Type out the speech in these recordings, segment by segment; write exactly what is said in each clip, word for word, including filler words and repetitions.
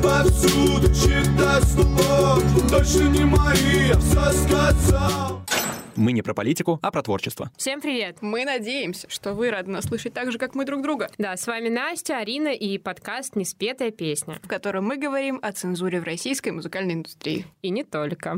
повсюду читай слов. Точно не мои, я все сказал. Мы не про политику, а про творчество. Всем привет! Мы надеемся, что вы рады нас слышать так же, как мы друг друга. Да, с вами Настя, Арина и подкаст «Неспетая песня», в котором мы говорим о цензуре в российской музыкальной индустрии. И не только.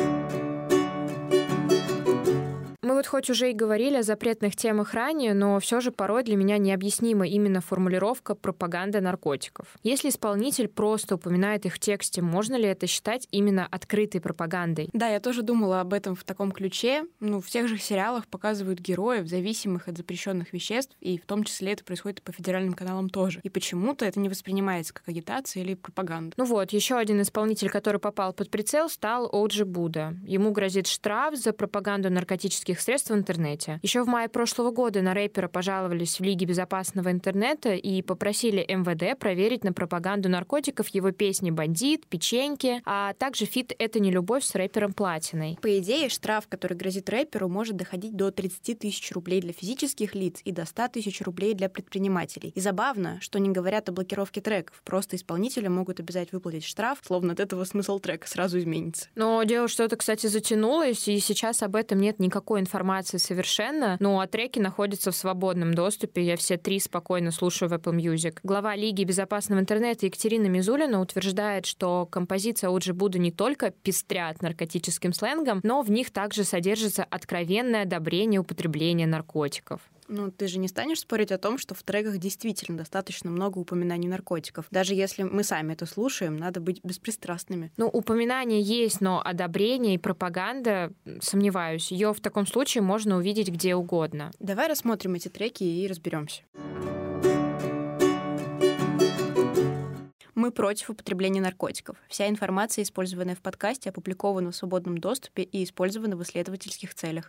Мы вот хоть уже и говорили о запретных темах ранее, но все же порой для меня необъяснима именно формулировка «пропаганда наркотиков». Если исполнитель просто упоминает их в тексте, можно ли это считать именно открытой пропагандой? Да, я тоже думала об этом в таком ключе. Ну, в тех же сериалах показывают героев, зависимых от запрещенных веществ, и в том числе это происходит и по федеральным каналам тоже. И почему-то это не воспринимается как агитация или пропаганда. Ну вот, еще один исполнитель, который попал под прицел, стал Оджи Буда. Ему грозит штраф за пропаганду наркотических средств в интернете. Еще в мае прошлого года на рэпера пожаловались в Лиге безопасного интернета и попросили эм вэ дэ проверить на пропаганду наркотиков его песни «Бандит», «Печеньки», а также фит «Это не любовь» с рэпером Платиной. По идее, штраф, который грозит рэперу, может доходить до тридцать тысяч рублей для физических лиц и до сто тысяч рублей для предпринимателей. И забавно, что не говорят о блокировке треков. Просто исполнителя могут обязать выплатить штраф, словно от этого смысл трека сразу изменится. Но дело что-то, кстати, затянулось, и сейчас об этом нет никакой информации совершенно, ну а треки находятся в свободном доступе, я все три спокойно слушаю в Apple Music. Глава Лиги безопасного интернета Екатерина Мизулина утверждает, что композиция Оджи Буда не только пестрят наркотическим сленгом, но в них также содержится откровенное одобрение употребления наркотиков. Ну, ты же не станешь спорить о том, что в треках действительно достаточно много упоминаний наркотиков. Даже если мы сами это слушаем, надо быть беспристрастными. Ну, упоминания есть, но одобрение и пропаганда, сомневаюсь, ее в таком случае можно увидеть где угодно. Давай рассмотрим эти треки и разберемся. Мы против употребления наркотиков. Вся информация, использованная в подкасте, опубликована в свободном доступе и использована в исследовательских целях.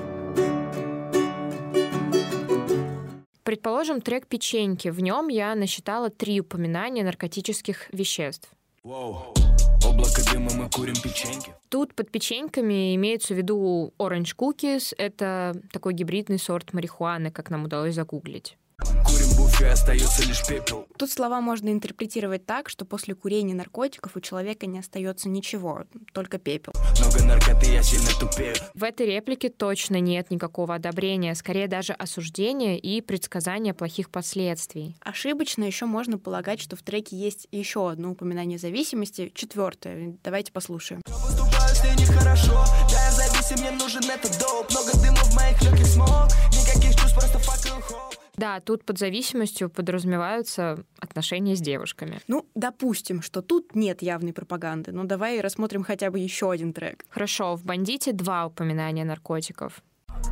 Предположим, трек «Печеньки». В нем я насчитала три упоминания наркотических веществ. Wow. Облако дыма, мы курим печеньки. Тут под печеньками имеется в виду Orange Cookies. Это такой гибридный сорт марихуаны, как нам удалось загуглить. Курим буфе, остается лишь пепел. Тут слова можно интерпретировать так, что после курения наркотиков у человека не остается ничего, только пепел. Много наркоты, я сильно тупею. В этой реплике точно нет никакого одобрения, скорее даже осуждения и предсказания плохих последствий. Ошибочно еще можно полагать, что в треке есть еще одно упоминание зависимости, четвертое. Давайте послушаем. Нехорошо, да, я зависим, мне нужен этот доп. Много дыма в моих легких, смог. Никаких чувств, просто fuck you home. Да, тут под зависимостью подразумеваются отношения с девушками. Ну, допустим, что тут нет явной пропаганды, но давай рассмотрим хотя бы еще один трек. Хорошо, в «Бандите» два упоминания наркотиков.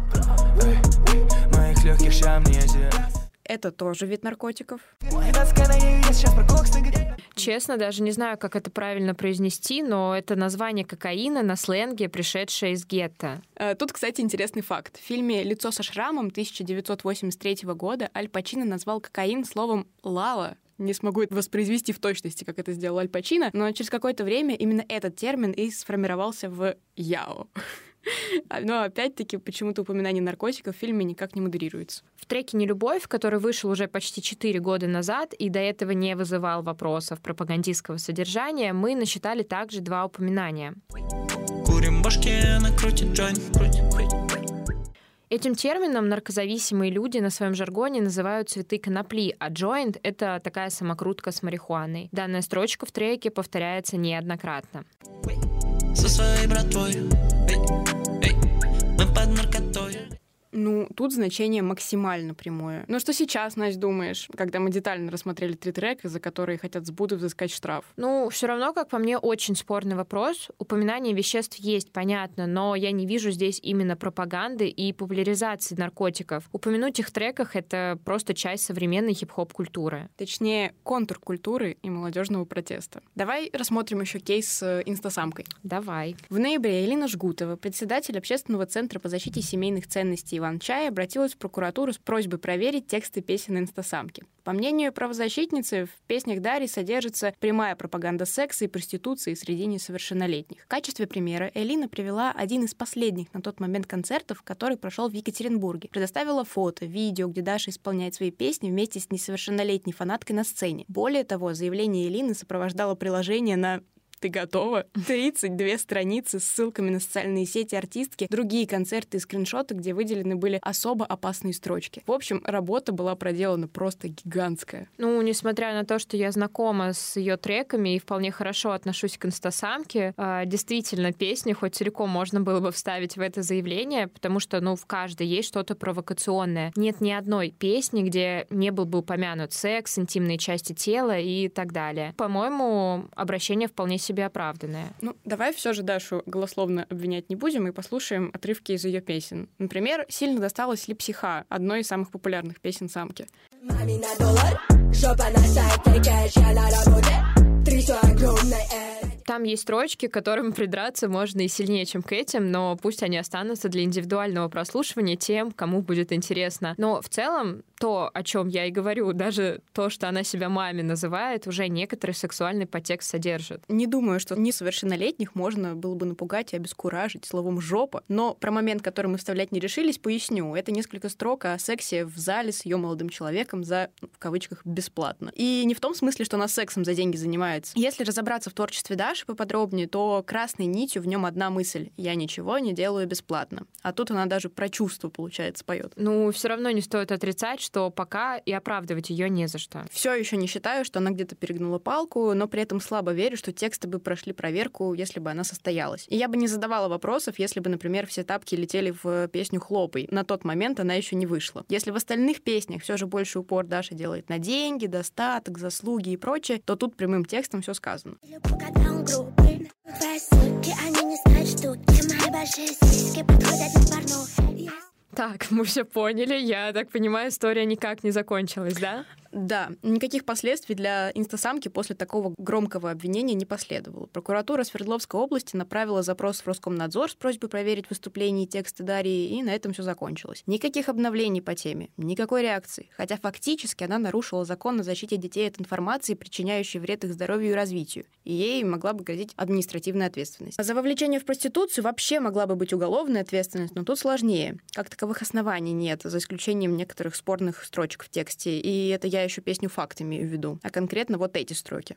Моих легких амнезия. Это тоже вид наркотиков. Честно, даже не знаю, как это правильно произнести, но это название кокаина на сленге, пришедшее из гетто. Тут, кстати, интересный факт. В фильме «Лицо со шрамом» тысяча девятьсот восемьдесят третьего года Аль Пачино назвал кокаин словом «лала». Не смогу это воспроизвести в точности, как это сделал Аль Пачино, но через какое-то время именно этот термин и сформировался в «яо». Но опять-таки почему-то упоминание наркотиков в фильме никак не модерируется. В треке «Нелюбовь», который вышел уже почти четыре года назад и до этого не вызывал вопросов пропагандистского содержания, мы насчитали также два упоминания. Курим башки, накрутит джойнт, крутит, крутит. Этим термином наркозависимые люди на своем жаргоне называют цветы конопли, а джойнт — это такая самокрутка с марихуаной. Данная строчка в треке повторяется неоднократно. Со своей братвой, эй, эй, мы под наркотой. Ну, тут значение максимально прямое. Но что сейчас, Настя, думаешь, когда мы детально рассмотрели три трека, за которые хотят с Буды взыскать штраф? Ну, все равно, как по мне, очень спорный вопрос. Упоминание веществ есть, понятно, но я не вижу здесь именно пропаганды и популяризации наркотиков. Упомянуть их в треках — это просто часть современной хип-хоп-культуры. Точнее, контур культуры и молодежного протеста. Давай рассмотрим еще кейс с инстасамкой. Давай. В ноябре Элина Жгутова, председатель Общественного центра по защите семейных ценностей Иван-Чай обратилась в прокуратуру с просьбой проверить тексты песен инстасамки. По мнению правозащитницы, в песнях Дарьи содержится прямая пропаганда секса и проституции среди несовершеннолетних. В качестве примера Элина привела один из последних на тот момент концертов, который прошел в Екатеринбурге. Предоставила фото, видео, где Даша исполняет свои песни вместе с несовершеннолетней фанаткой на сцене. Более того, заявление Элины сопровождало приложение на... Ты готова? тридцать две страницы с ссылками на социальные сети артистки, другие концерты и скриншоты, где выделены были особо опасные строчки. В общем, работа была проделана просто гигантская. Ну, несмотря на то, что я знакома с ее треками и вполне хорошо отношусь к инстасамке, действительно, песни хоть целиком можно было бы вставить в это заявление, потому что, ну, в каждой есть что-то провокационное. Нет ни одной песни, где не был бы упомянут секс, интимные части тела и так далее. По-моему, обращение вполне себе себе оправданное. Ну, давай все же Дашу голословно обвинять не будем и послушаем отрывки из ее песен. Например, сильно досталось Липсиха, одной из самых популярных песен самки. Там есть строчки, к которым придраться можно и сильнее, чем к этим, но пусть они останутся для индивидуального прослушивания тем, кому будет интересно. Но в целом то, о чем я и говорю, даже то, что она себя маме называет, уже некоторый сексуальный подтекст содержит. Не думаю, что несовершеннолетних можно было бы напугать и обескуражить словом «жопа», но про момент, который мы вставлять не решились, поясню. Это несколько строк о сексе в зале с ее молодым человеком за, в кавычках, бесплатно. И не в том смысле, что она сексом за деньги занимается. Если разобраться в творчестве Даши поподробнее, то красной нитью в нем одна мысль: я ничего не делаю бесплатно. А тут она даже про чувства, получается, поет. Ну, все равно не стоит отрицать, что пока и оправдывать ее не за что. Все еще не считаю, что она где-то перегнула палку, но при этом слабо верю, что тексты бы прошли проверку, если бы она состоялась. И я бы не задавала вопросов, если бы, например, все тапки летели в песню «Хлопай». На тот момент она еще не вышла. Если в остальных песнях все же больше упор Даша делает на деньги, достаток, заслуги и прочее, то тут прямым текстом все сказано. Так, мы все поняли. Я так понимаю, история никак не закончилась, да? Да, никаких последствий для инстасамки после такого громкого обвинения не последовало. Прокуратура Свердловской области направила запрос в Роскомнадзор с просьбой проверить выступления и тексты Дарьи, и на этом все закончилось. Никаких обновлений по теме, никакой реакции, хотя фактически она нарушила закон о защите детей от информации, причиняющей вред их здоровью и развитию, и ей могла бы грозить административная ответственность. А за вовлечение в проституцию вообще могла бы быть уголовная ответственность, но тут сложнее. Как таковых оснований нет, за исключением некоторых спорных строчек в тексте, и это я еще песню «Факт» имею в виду, а конкретно вот эти строки.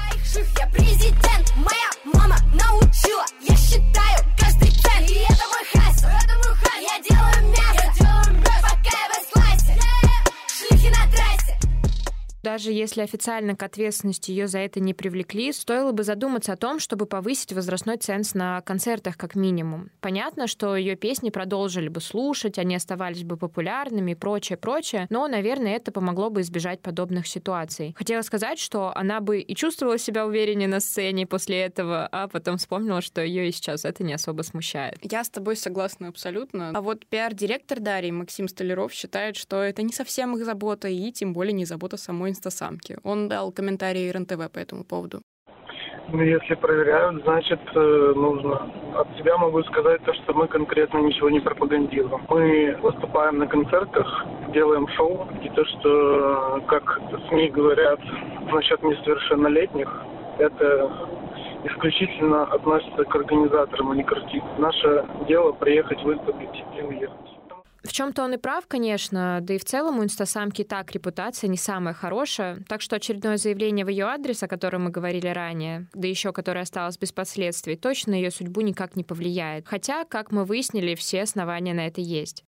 Я президент, моя мама научила, я считаю каждый цент, и это мой хайс, это мой хайс, я делаю мясо, я делаю мясо, пока я в классе, шлюхи на трассе. Даже если официально к ответственности ее за это не привлекли, стоило бы задуматься о том, чтобы повысить возрастной ценз на концертах как минимум. Понятно, что ее песни продолжили бы слушать, они оставались бы популярными и прочее, прочее, но, наверное, это помогло бы избежать подобных ситуаций. Хотела сказать, что она бы и чувствовала себя увереннее на сцене после этого, а потом вспомнила, что ее и сейчас это не особо смущает. Я с тобой согласна абсолютно. А вот пиар-директор Дарьи Максим Столяров считает, что это не совсем их забота и тем более не забота самой инстасамки. Он дал комментарий эр эн тэ вэ по этому поводу. Ну, если проверяют, значит, нужно. От себя могу сказать то, что мы конкретно ничего не пропагандируем. Мы выступаем на концертах, делаем шоу, и то, что, как СМИ говорят насчет несовершеннолетних, это исключительно относится к организаторам, а не к артистам. Наше дело приехать, выступить и уехать. В чем-то он и прав, конечно, да и в целом у инстасамки так репутация не самая хорошая, так что очередное заявление в ее адрес, о котором мы говорили ранее, да еще которое осталось без последствий, точно на ее судьбу никак не повлияет. Хотя, как мы выяснили, все основания на это есть.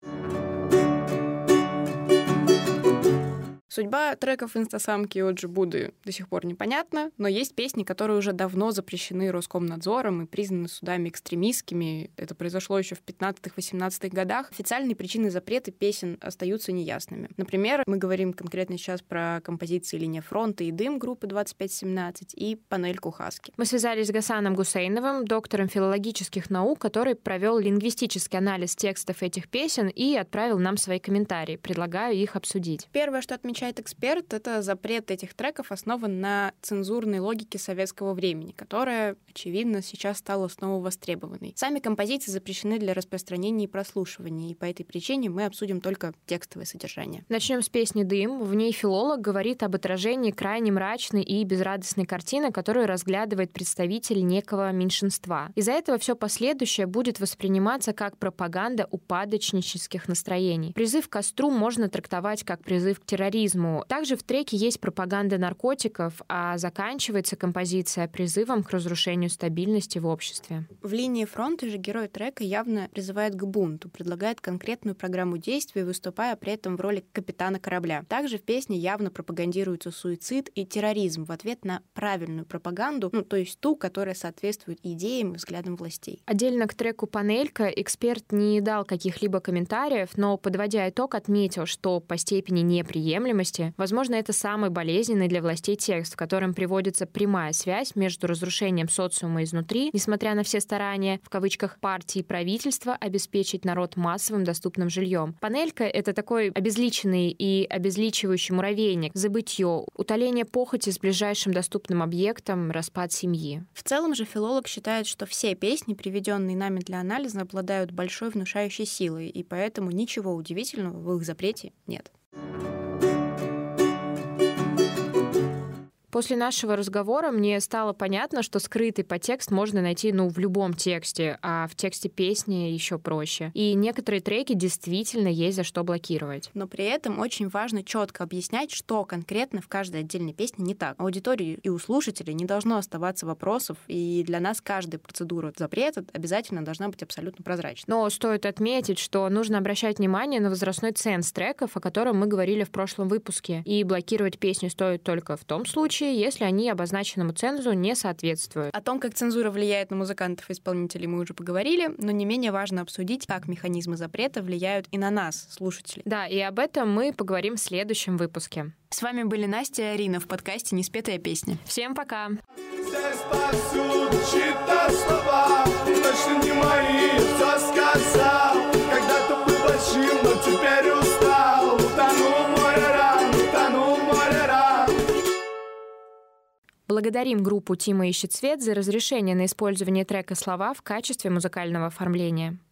Судьба треков инстасамки от Джибуды до сих пор непонятна, но есть песни, которые уже давно запрещены Роскомнадзором и признаны судами экстремистскими. Это произошло еще в пятнадцатых-восемнадцатых годах. Официальные причины запрета песен остаются неясными. Например, мы говорим конкретно сейчас про композиции «Линия фронта» и «Дым» группы двадцать пять семнадцать и «Панельку Хаски». Мы связались с Гасаном Гусейновым, доктором филологических наук, который провел лингвистический анализ текстов этих песен и отправил нам свои комментарии. Предлагаю их обсудить. Первое, что отмечается отмечает эксперт, это запрет этих треков основан на цензурной логике советского времени, которая, очевидно, сейчас стала снова востребованной. Сами композиции запрещены для распространения и прослушивания, и по этой причине мы обсудим только текстовое содержание. Начнем с песни «Дым». В ней филолог говорит об отражении крайне мрачной и безрадостной картины, которую разглядывает представитель некого меньшинства. Из-за этого все последующее будет восприниматься как пропаганда упадочнических настроений. Призыв к костру можно трактовать как призыв к терроризму. Также в треке есть пропаганда наркотиков, а заканчивается композиция призывом к разрушению стабильности в обществе. В линии фронта же герой трека явно призывает к бунту, предлагает конкретную программу действий, выступая при этом в роли капитана корабля. Также в песне явно пропагандируется суицид и терроризм в ответ на правильную пропаганду, ну, то есть ту, которая соответствует идеям и взглядам властей. Отдельно к треку «Панелька» эксперт не дал каких-либо комментариев, но, подводя итог, отметил, что по степени неприемлемости, возможно, это самый болезненный для властей текст, в котором приводится прямая связь между разрушением социума изнутри, несмотря на все старания, в кавычках, партии и правительства обеспечить народ массовым доступным жильем. «Панелька» — это такой обезличенный и обезличивающий муравейник, забытье, утоление похоти с ближайшим доступным объектом, распад семьи. В целом же филолог считает, что все песни, приведенные нами для анализа, обладают большой внушающей силой, и поэтому ничего удивительного в их запрете нет. После нашего разговора мне стало понятно, что скрытый подтекст можно найти, ну, в любом тексте, а в тексте песни еще проще. И некоторые треки действительно есть за что блокировать. Но при этом очень важно четко объяснять, что конкретно в каждой отдельной песне не так. Аудитории и у слушателей не должно оставаться вопросов, и для нас каждая процедура запрета обязательно должна быть абсолютно прозрачной. Но стоит отметить, что нужно обращать внимание на возрастной ценз треков, о котором мы говорили в прошлом выпуске. И блокировать песню стоит только в том случае, если они обозначенному цензу не соответствуют. О том, как цензура влияет на музыкантов и исполнителей, мы уже поговорили, но не менее важно обсудить, как механизмы запрета влияют и на нас, слушателей. Да, и об этом мы поговорим в следующем выпуске. С вами были Настя и Арина в подкасте «Неспетая песня». Всем пока! Здесь повсюду чьи-то слова, точно не мои, все сказал. Когда-то был большим, но теперь устал. Утонул в море ран, утонул в море ран. Благодарим группу «Тима ищет свет» за разрешение на использование трека «Слова» в качестве музыкального оформления.